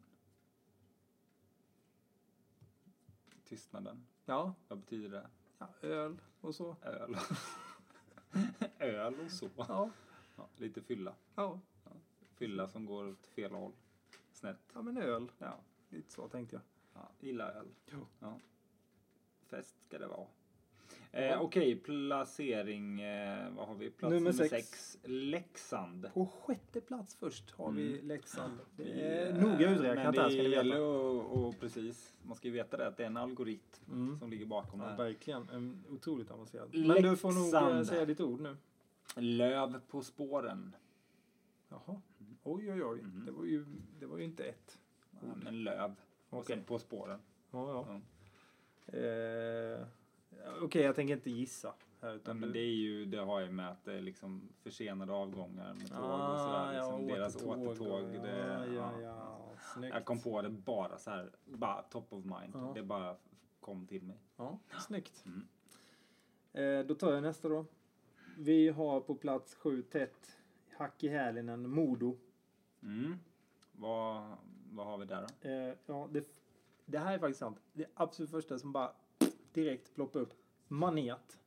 Tystnaden. Ja, Vad betyder det? ja öl och så. Öl. Öl och så. Ja, Ja, lite fylla. ja. Fylla som går åt fel håll. Snett. ja men öl. Ja. Lite så tänkte jag. Ja, gillar öl. Ja. Ja. Fest ska det vara. Eh, Okej, placering. Eh, vad har vi? Plats Nummer nummer, sex. sex. Leksand. På sjätte plats först har vi Mm. Leksand. Det Vi, är eh, noga uträknat men här ska ni det gäller veta. och, och precis. Man ska ju veta det att det är en algoritm Mm. som ligger bakom det Ja, här. verkligen. En otroligt avancerad. Men du får nog eh, Leksand. säga ditt ord nu. Löv på spåren. Jaha. Oj, oj, oj. Mhm. Det, var ju, det var ju inte ett. Ja, men löv. Och Okej. sen på spåren. Ja, ja. Ja. Eh, Okej, jag tänker inte gissa. Här, Ja, utan men du- det är ju, det har ju med att det är liksom försenade avgångar med tåg och Ah, sådär. ja, Liksom. Deras återtåg. återtåg. Det, Ja, ja, ja. ja. Snyggt. Jag kom på det bara så här, bara top of mind. Ja. Det bara kom till mig. Ja, snyggt. Mm. Eh, då tar jag nästa då. Vi har på plats sju tätt Hack i Hälinen, Modo. Mm. Vad, vad har vi där då? Eh, ja, det, det här är faktiskt sant. Det absolut första som bara direkt ploppar upp. Manet.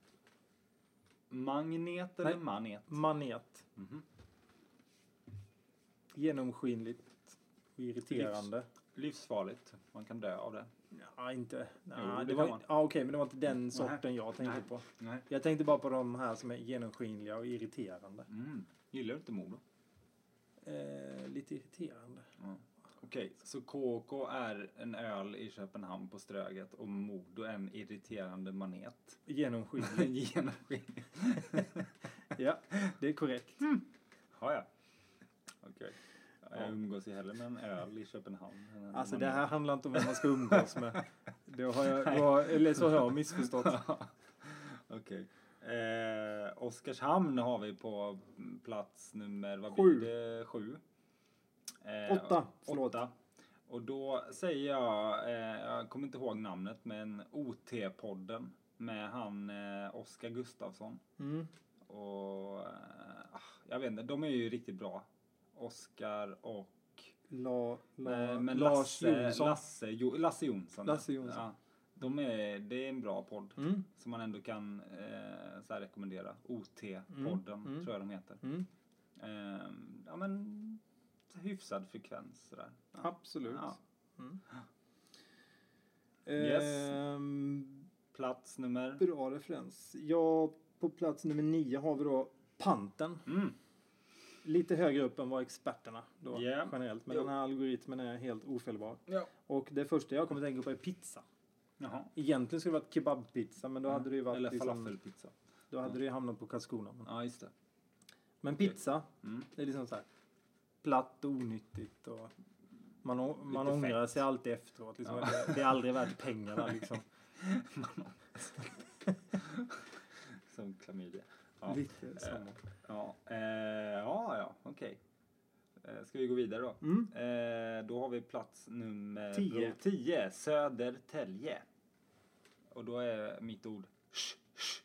Magnet eller Nej. manet? Manet. Mhm. Genomskinligt och irriterande. Livsfarligt. Man kan dö av det. Ja, inte. Jo, Ja, det det kan var, man. ja, okej, men det var inte den sorten jag tänkte Nej. på. Nej. Jag tänkte bara på de här som är genomskinliga och irriterande. Mm. Gillar du inte Modo? Eh, lite irriterande. Ja. Okej, så K K är en öl i Köpenhamn på Ströget och Modo är en irriterande manet. Genomskinlig. En genomskinlig. Ja, det är korrekt. Ja, ja. Okej. Ja, jag umgås ju hellre med en öl i Köpenhamn. än en Alltså det manet. här handlar inte om vem man ska umgås med. Då har jag, då, har- eller så har jag missförstått. Okej. Eh, Oskarshamn har vi på plats nummer vad Sju. blir det? Sju. Eh, Åtta, förlåt. åtta. Och då säger jag, eh, jag kommer inte ihåg namnet, men O T-podden med han eh, Oskar Gustafsson. Mm. Och eh, ah, jag vet inte, de är ju riktigt bra. Oskar och La, la, eh, men Lars Lasse, Jonsson. Lasse, jo, Lasse Jonsson. Lasse Jonsson. Ja, de är, det är en bra podd. Mm. Som man ändå kan eh, så här rekommendera. O T-podden Mm, mm. tror jag de heter. Mm. Ehm, ja men så hyfsad frekvens sådär. Ja. Absolut. Ja. Mm. Yes. Ehm, Plats nummer... bra referens. Ja, på plats nummer nio har vi då Panten. Mm. Lite högre upp än vad experterna då Yeah. generellt. Men Jo. den här algoritmen är helt ofelbar. Ja. Och det första jag kommer att tänka på är pizza. Jaha. Egentligen skulle det varit kebabpizza, men då hade det ju varit Eller liksom, falafelpizza. då hade det ju hamnat på Karlskrona. Men, Ja, just det. men pizza, Mm. det är liksom så här platt och onyttigt och man, å- man Lite ångrar fett. sig alltid efteråt. Liksom. Ja. Det, det är aldrig värt pengarna liksom. Som klamydia. Ja. Lite samma. Ja, eh, ja, ja okej. Eh, ska vi gå vidare då? Mm. Eh, då har vi plats nummer Tio. tio. Södertälje. Och då är mitt ord sh, sh.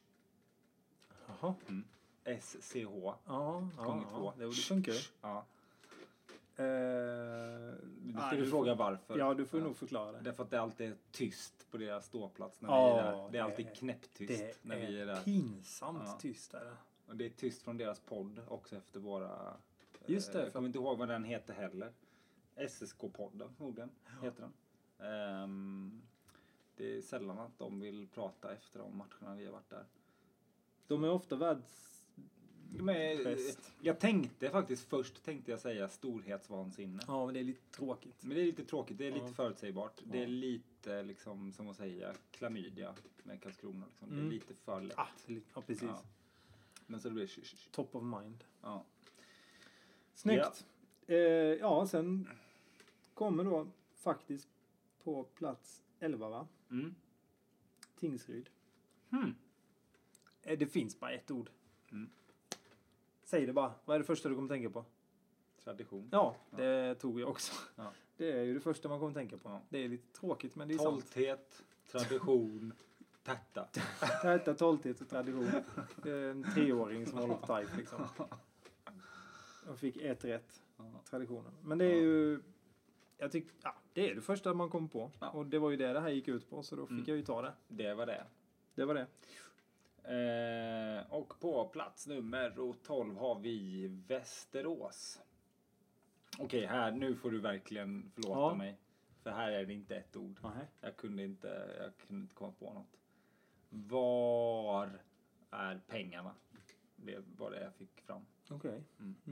Jaha. S C H. Ja, ja, Gånger ja. två. Det, det funkar ju. Ja. Eh, Nu ah, ska du du fråga får- varför. Ja, du får Ja. nog förklara det. Därför att det alltid är tyst på deras ståplats när Ja, vi är där. Det är det alltid är- knäpptyst Det när vi är är där. pinsamt Ja. tyst där. Och det är tyst från deras podd också efter våra... Just det, eh, för- Jag kommer inte ihåg vad den heter heller. S S K-podden förmodligen heter den. Ehm, det är sällan att de vill prata efter de matcherna vi har varit där. De är ofta världs... De är, Bäst. jag tänkte faktiskt, först tänkte jag säga storhetsvansinne. Ja, men det är lite tråkigt. Men det är lite tråkigt, det är lite Ja. förutsägbart. Det är Ja. lite liksom som att säga klamydia med Karlskrona. Liksom. Det Mm. är lite för lätt. Ah, ja, precis. Ja. Men så det blir sh- sh- sh- Top of mind. ja. Snyggt. Ja. Eh, ja, sen kommer då faktiskt på plats elva, va? Mm. Tingsryd. Hmm. Eh, det finns bara ett ord. Mm. Säg det bara. Vad är det första du kommer tänka på? Tradition. Ja, det tog jag också. Ja. Det är ju det första man kommer tänka på. Ja. Det är lite tråkigt, men det är sant. Stolthet, tradition, tätta. Täta, stolthet och tradition. Det är en treåring som håller på tajt liksom. Jag fick ett rätt. Ja. Traditionen. Men det är ju... Jag tycker... Ja, det är det första man kom på. Ja. Och det var ju det det här gick ut på. Så då fick Mm. jag ju ta det. Det var det. Det var det. Eh, och på plats nummer tolv har vi Västerås. Okej, här, nu får du verkligen förlåta Ja. mig. För här är det inte ett ord. Nej. Jag kunde inte, jag kunde inte komma på något. Var är pengarna? Det var det jag fick fram. Okej.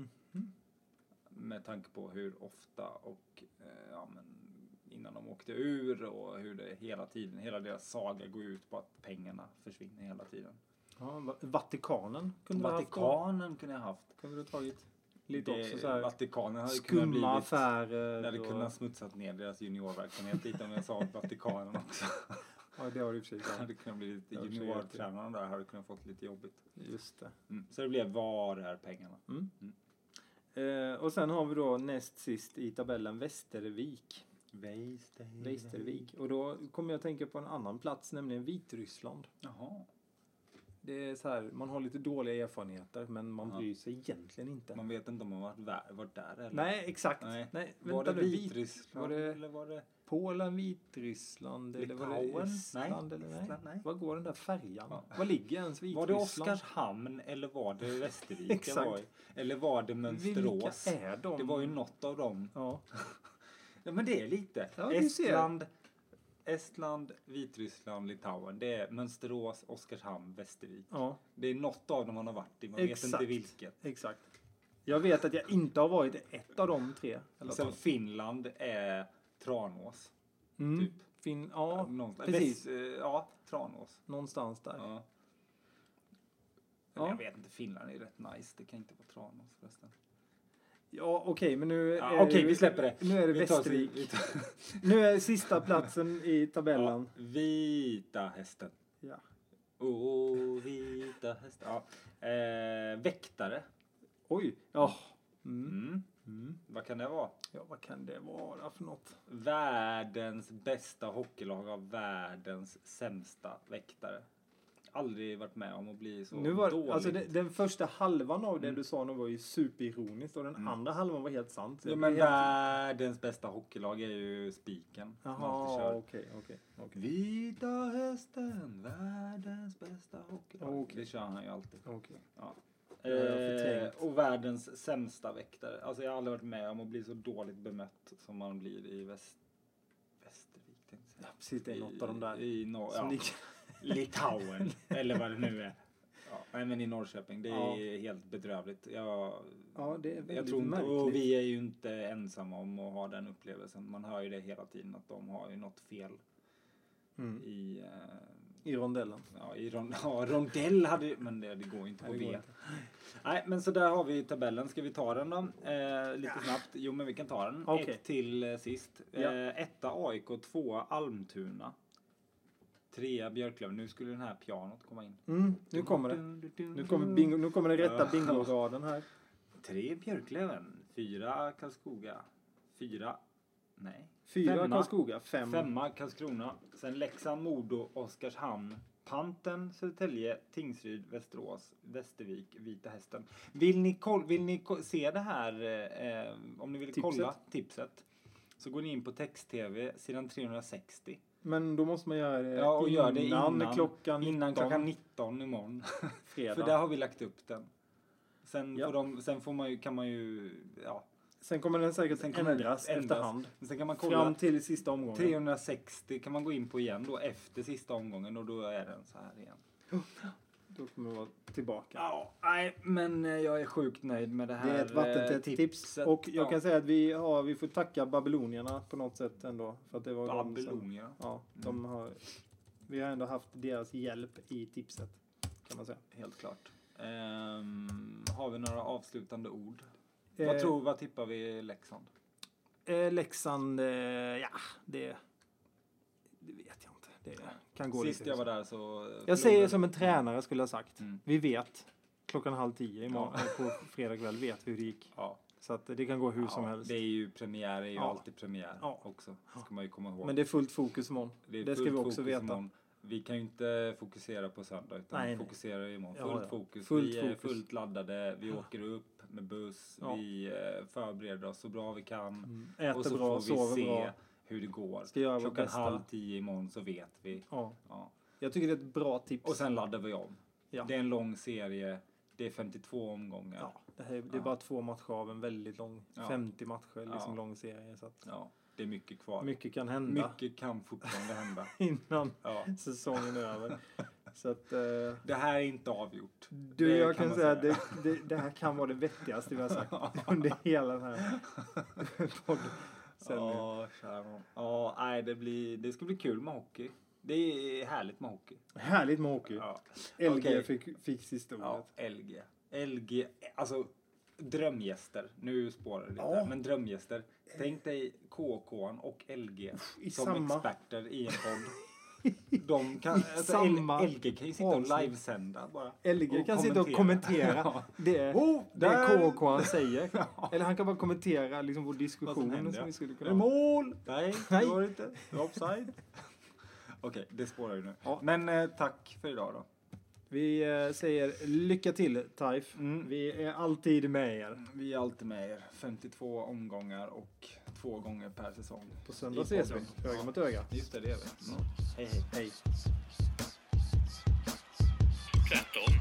Med tanke på hur ofta och eh, ja, men innan de åkte ur och hur det hela tiden, hela deras saga går ut på att pengarna försvinner hela tiden. Ja, Va- Vatikanen kunde du ha haft. då. Vatikanen kunde jag haft. Kunde du ha tagit lite Det- också så här. Vatikanen hade kunnat Skumma blivit, affärer. det hade och- kunnat smutsat ner deras juniorverksamhet lite om jag sa Vatikanen också. Ja, det har du i och för sig Det sagt. hade kunnat bli lite Ja, för sig juniortränarna där hade kunnat fått lite jobbigt. Just det. Mm. Så det blev var är pengarna? Mm. Eh, och sen har vi då näst sist i tabellen Västervik. Västervik. Och då kommer jag att tänka på en annan plats, nämligen Vitryssland. Jaha. Det är så här, man har lite dåliga erfarenheter, men man Ja. bryr sig egentligen inte. Man vet inte om man varit, vär, varit där eller? Nej, exakt. Nej. Nej, Var vänta det nu, Vit- Vitryssland var det- eller var det Polen, Vitryssland eller var det Litauen? Estland? Nej. Eller nej? Estland, nej. Var går den där färjan? Ja. Var ligger ens Var Vitryssland? det Oskarshamn eller var det Västervik? det Exakt. var, i? Eller var det Mönsterås? Vilka är de? Det var ju något av dem. Ja. Ja, men det är lite. Ja, du ser. Estland, Estland, Vitryssland, Litauen. Det är Mönsterås, Oskarshamn, Västervik. ja, Det är något av dem man har varit i. Man Exakt. vet inte vilket. exakt. Jag vet att jag inte har varit i ett av de tre. Eller Sen vad? Finland är Tranås. Mm. typ. Fin- ja, Någonstans. precis. Väst, eh, ja, Tranås. Någonstans där. Ja. Ja. Men jag vet inte, Finland är rätt nice. Det kan inte vara Tranås förresten. Ja, okej, men nu Ja, är Okej, det, vi släpper det. Nu är det Vi tar- Västervik. vi tar- Nu är sista platsen i tabellen. Ja, vita hästen. Ja. Åh, vita hästen. Ja. Eh, väktare. Oj. Ja. Mm. Mm. Mm. Vad kan det vara? Ja, vad kan det vara för något? Världens bästa hockeylag av världens sämsta väktare. Aldrig varit med om att bli så Nu var, dåligt. alltså det, den första halvan av det Mm. du sa nu var ju superironiskt och den Mm. andra halvan var helt sant. Så Ja, jag men blev helt... världens bästa hockeylag är ju Spiken. som alltid Jaha, kör. okej, okej. okej. Vita hästen, världens bästa hockeylag. Okej. Det kör han ju alltid. okej. Ja. Det har jag Eh, förträngt. och världens sämsta väktare. Alltså jag har aldrig varit med om att bli så dåligt bemött som man blir i väst... Västervik. tänkte jag Ja, säga. precis, det är något av de där. I, i norr, Som ja. ligger- Litauen, eller vad det nu är. Ja, nej, men i Norrköping, det är Ja. helt bedrövligt. Jag, Ja, det är väldigt jag tror inte, märkligt. och vi är ju inte ensamma om att ha den upplevelsen. Man hör ju det hela tiden att de har ju något fel Mm. i... Eh, I rondellen. ja, i rond, ja, rondell hade ju, men det, det går ju inte på Nej, det går V. inte. Nej, men så där har vi tabellen. Ska vi ta den då? Eh, lite snabbt. Jo, men vi kan ta den. Okej. Ett till eh, sist. Ja. Eh, etta A I K, tvåa Almtuna. Trea Björklöven. Nu skulle den här pianot komma in. Mm, nu kommer det. Nu kommer, bingo, nu kommer den rätta Ja. bingoraden här. Tre Björklöven. Fyra Karlskoga. Fyra... Nej. Fyra Femma. Karlskoga, fem. Femma Karlskrona. Sen Leksand, Modo, Oskarshamn, Panten, Södertälje, Tingsryd, Västerås, Västervik, Vita Hästen. Vill ni, koll, vill ni ko- se det här, eh, om ni vill Tipset. kolla tipset, så går ni in på text-tv, sidan trehundrasextio. Men då måste man göra det, Ja, och innan, gör det innan, klockan innan nitton, klockan nitton imorgon. fredag. För där har vi lagt upp den. Sen, Ja. får de, sen får man ju, kan man ju, ja. Sen kommer den säkert Sen kommer ändras, den ändras. efterhand. Sen kan man kolla. Fram till sista omgången. trehundrasextio kan man gå in på igen då efter sista omgången och då är den så här igen. Då kommer vi vara tillbaka. Ja, nej, men eh, jag är sjukt nöjd med det här. Det är ett vattentätt eh, tips. tipset. Och jag Ja. kan säga att vi, har, vi får tacka babylonierna på något sätt ändå. För att det var de som, Babylonier. ja, de har, vi har ändå haft deras hjälp i tipset. Kan man säga. Helt klart. Ehm, har vi några avslutande ord? Eh, Vad tror vad tippar vi Leksand? Eh, Leksand, eh, ja, det, det vet jag inte. Det kan gå Sist lite. jag var där så... Jag säger som en tränare skulle jag ha sagt. Mm. Vi vet. Klockan halv tio imorgon, på fredag kväll vet vi hur det gick. Ja. Så att det kan gå hur Ja, som helst. Det är ju premiär, är ju Ja. alltid premiär Ja. också. Ska man ju komma ihåg. Men det är fullt fokus imorgon. är det ska fullt vi också fokus veta. imorgon. Vi kan ju inte fokusera på söndag utan Nej, vi nej. fokuserar imorgon. Ja, Fullt ja. fokus. Fullt vi är fokus. fullt laddade. Vi Ja. åker upp med buss. Ja. Vi eh, förbereder oss så bra vi kan. Mm. Äter och så bra, får vi sover se bra. hur det går. Ska göra vårt Klockan bästa. halv tio imorgon så vet vi. Ja. Ja. Jag tycker det är ett bra tips. Och sen laddar vi om. Ja. Det är en lång serie. Det är femtiotvå omgångar. Ja, det, här, det är Ja. bara två matcher av en väldigt lång, Ja. femtio matcher, liksom Ja. lång serie. Så att Ja, det är mycket kvar. mycket kan hända Mycket kan fortfarande hända. innan Ja. säsongen är över. Så att, eh, Det här är inte avgjort. du, Det jag kan kan man säga att säga. det, det, det här kan vara det vettigaste vi har sagt under hela den här podden. Sen, eh, Ja, kära nån. Ja, nej, det, blir, det ska bli kul med hockey. Det är härligt med hockey. Härligt med hockey. Ja. L G Okej. fick, fick sista ordet. Ja, L G. L G, alltså drömgäster. Nu spårar det lite, Ja. men drömgäster. Tänk dig K K och L G I som samma- experter i en podd. De kan, I alltså, samma L G kan ju sitta och avsnitt. livesända bara. L G Och kan sitta och kommentera Ja. det, Oh, det där- K K han säger. Ja. Eller han kan bara kommentera liksom vår Vad som diskussion händer, som ja. vi skulle Är det kunna ha. mål? Nej, Nej. det var det inte. Det var offside. Okej, det spårar ju nu. Ja. Men eh, tack för idag då. Vi eh, säger lycka till, Taif. Mm. Vi är alltid med er. Vi är alltid med er. femtiotvå omgångar och två gånger per säsong. På söndag I ses vi. podden. Öga mot öga. Just det, det är vi. Mm. Hej, hej. Hej. Tvärtom.